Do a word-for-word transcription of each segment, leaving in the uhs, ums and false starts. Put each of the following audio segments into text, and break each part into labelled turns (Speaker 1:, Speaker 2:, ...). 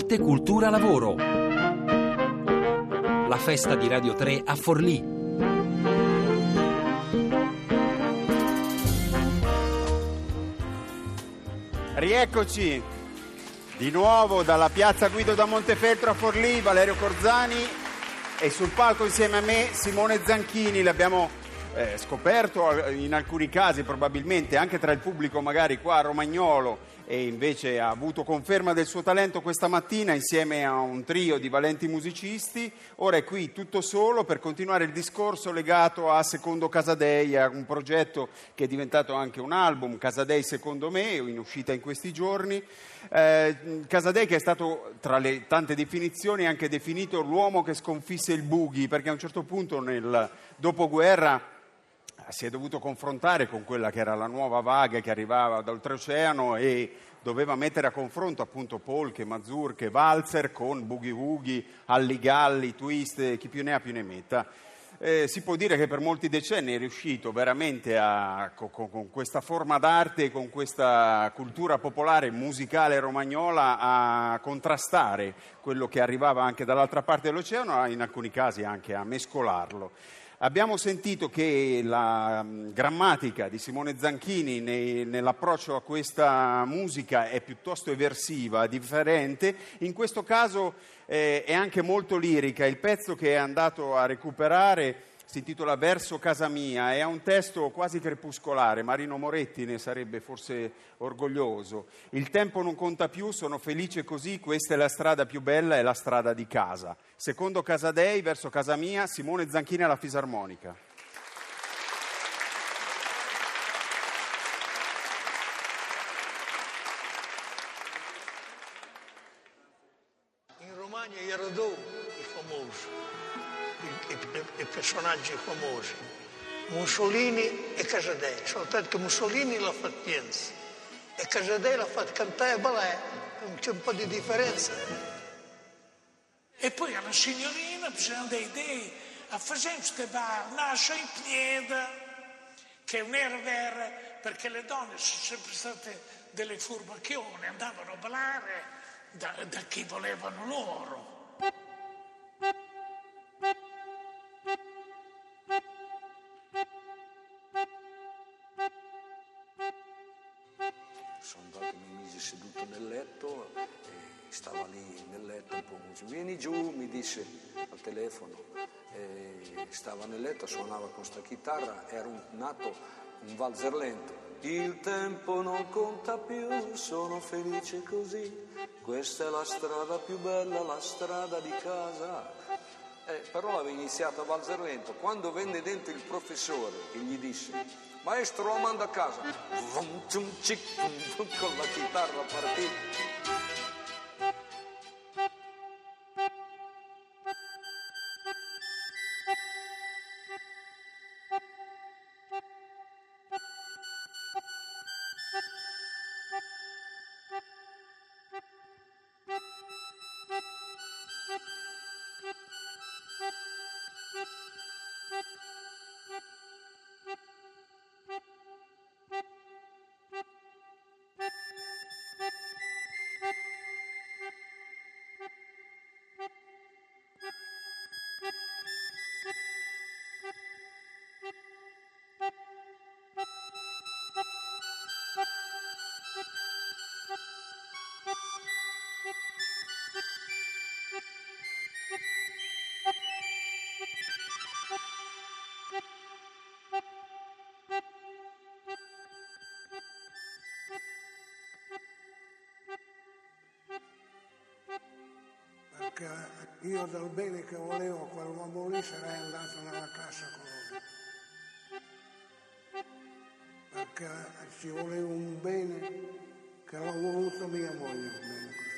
Speaker 1: Arte, Cultura, Lavoro. La festa di Radio tre a Forlì.
Speaker 2: Rieccoci di nuovo dalla piazza Guido da Montefeltro a Forlì, Valerio Corzani, e sul palco insieme a me Simone Zanchini. L'abbiamo eh, scoperto in alcuni casi probabilmente anche tra il pubblico magari qua a Romagnolo, e invece ha avuto conferma del suo talento questa mattina insieme a un trio di valenti musicisti. Ora è qui tutto solo per continuare il discorso legato a Secondo Casadei, a un progetto che è diventato anche un album, Casadei secondo me, in uscita in questi giorni. Eh, Casadei, che è stato tra le tante definizioni anche definito l'uomo che sconfisse il boogie, perché a un certo punto nel dopoguerra si è dovuto confrontare con quella che era la nuova vaga che arrivava d'oltreoceano e doveva mettere a confronto appunto polke, mazurche, valzer con boogie woogie, alligalli, twist, chi più ne ha più ne metta. Eh, si può dire che per molti decenni è riuscito veramente a, con, con questa forma d'arte, con questa cultura popolare musicale romagnola, a contrastare quello che arrivava anche dall'altra parte dell'oceano, in alcuni casi anche a mescolarlo. Abbiamo sentito che la grammatica di Simone Zanchini nei, nell'approccio a questa musica è piuttosto eversiva, differente. In questo caso eh, è anche molto lirica. Il pezzo che è andato a recuperare si intitola Verso casa mia, è un testo quasi crepuscolare, Marino Moretti ne sarebbe forse orgoglioso. Il tempo non conta più, sono felice così, questa è la strada più bella, è la strada di casa. Secondo Casadei, Verso casa mia, Simone Zanchini alla fisarmonica.
Speaker 3: In Romagna erano due i famosi. I, i, i personaggi famosi, Mussolini e Casadei, soltanto che Mussolini l'ha fatto pienza e Casadei l'ha fatto cantare e ballare, c'è un po' di differenza.
Speaker 4: E poi alla signorina bisogna dare idee, a fare che va, nasce in piedi, che non era vera, perché le donne sono sempre state delle furbacchione, andavano a ballare da, da chi volevano loro.
Speaker 5: Sono andato, mi mise seduto nel letto e stava lì nel letto un po', vieni giù, mi disse al telefono, e stava nel letto, suonava con sta chitarra, era un, nato un valzer lento. Il tempo non conta più, sono felice così, questa è la strada più bella, la strada di casa. Eh, però aveva iniziato a valzer lento, quando venne dentro il professore e gli disse: maestro, lo manda a casa. Con la chitarra partita.
Speaker 6: Io del bene che volevo a quell'uomo lì sarei andato nella cassa con lui, perché ci voleva un bene che l'ho voluto mia moglie, un bene così.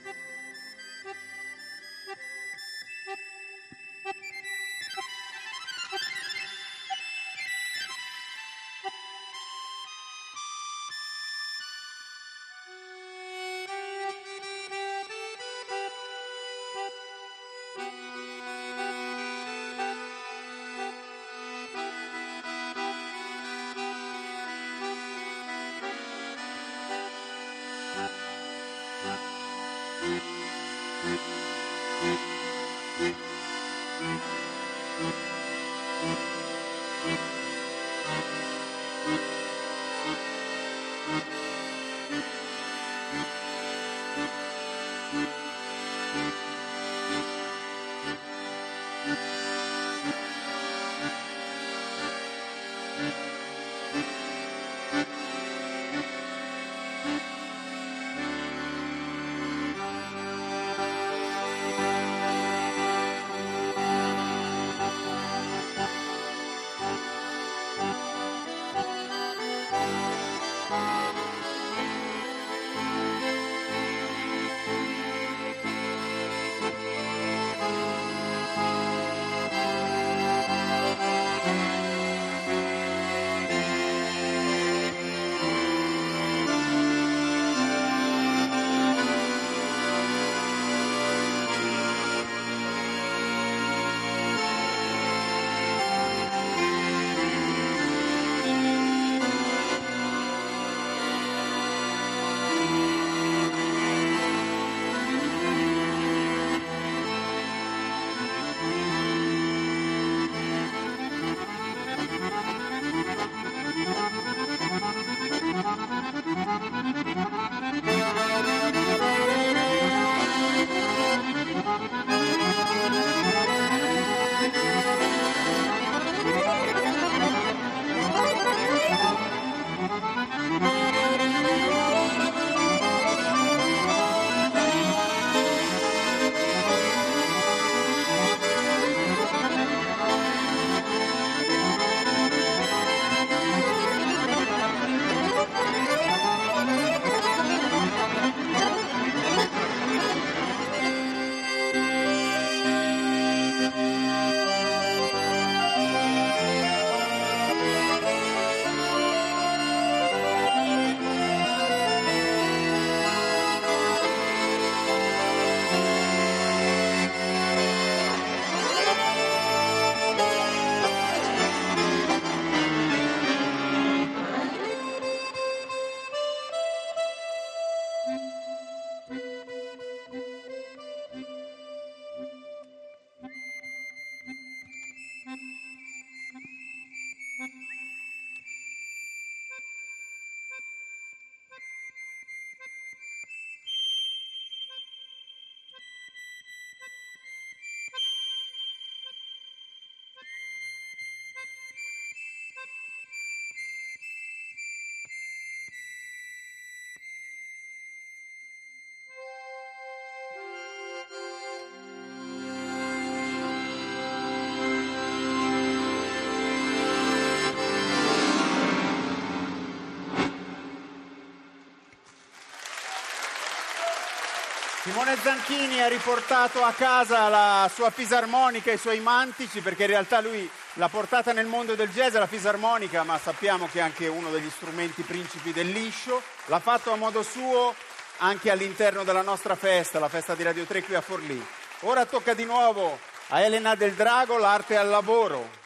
Speaker 2: Simone Zanchini ha riportato a casa la sua fisarmonica e i suoi mantici, perché in realtà lui l'ha portata nel mondo del jazz, la fisarmonica, ma sappiamo che è anche uno degli strumenti principi del liscio. L'ha fatto a modo suo anche all'interno della nostra festa, la festa di Radio tre qui a Forlì. Ora tocca di nuovo a Elena Del Drago, l'arte al lavoro.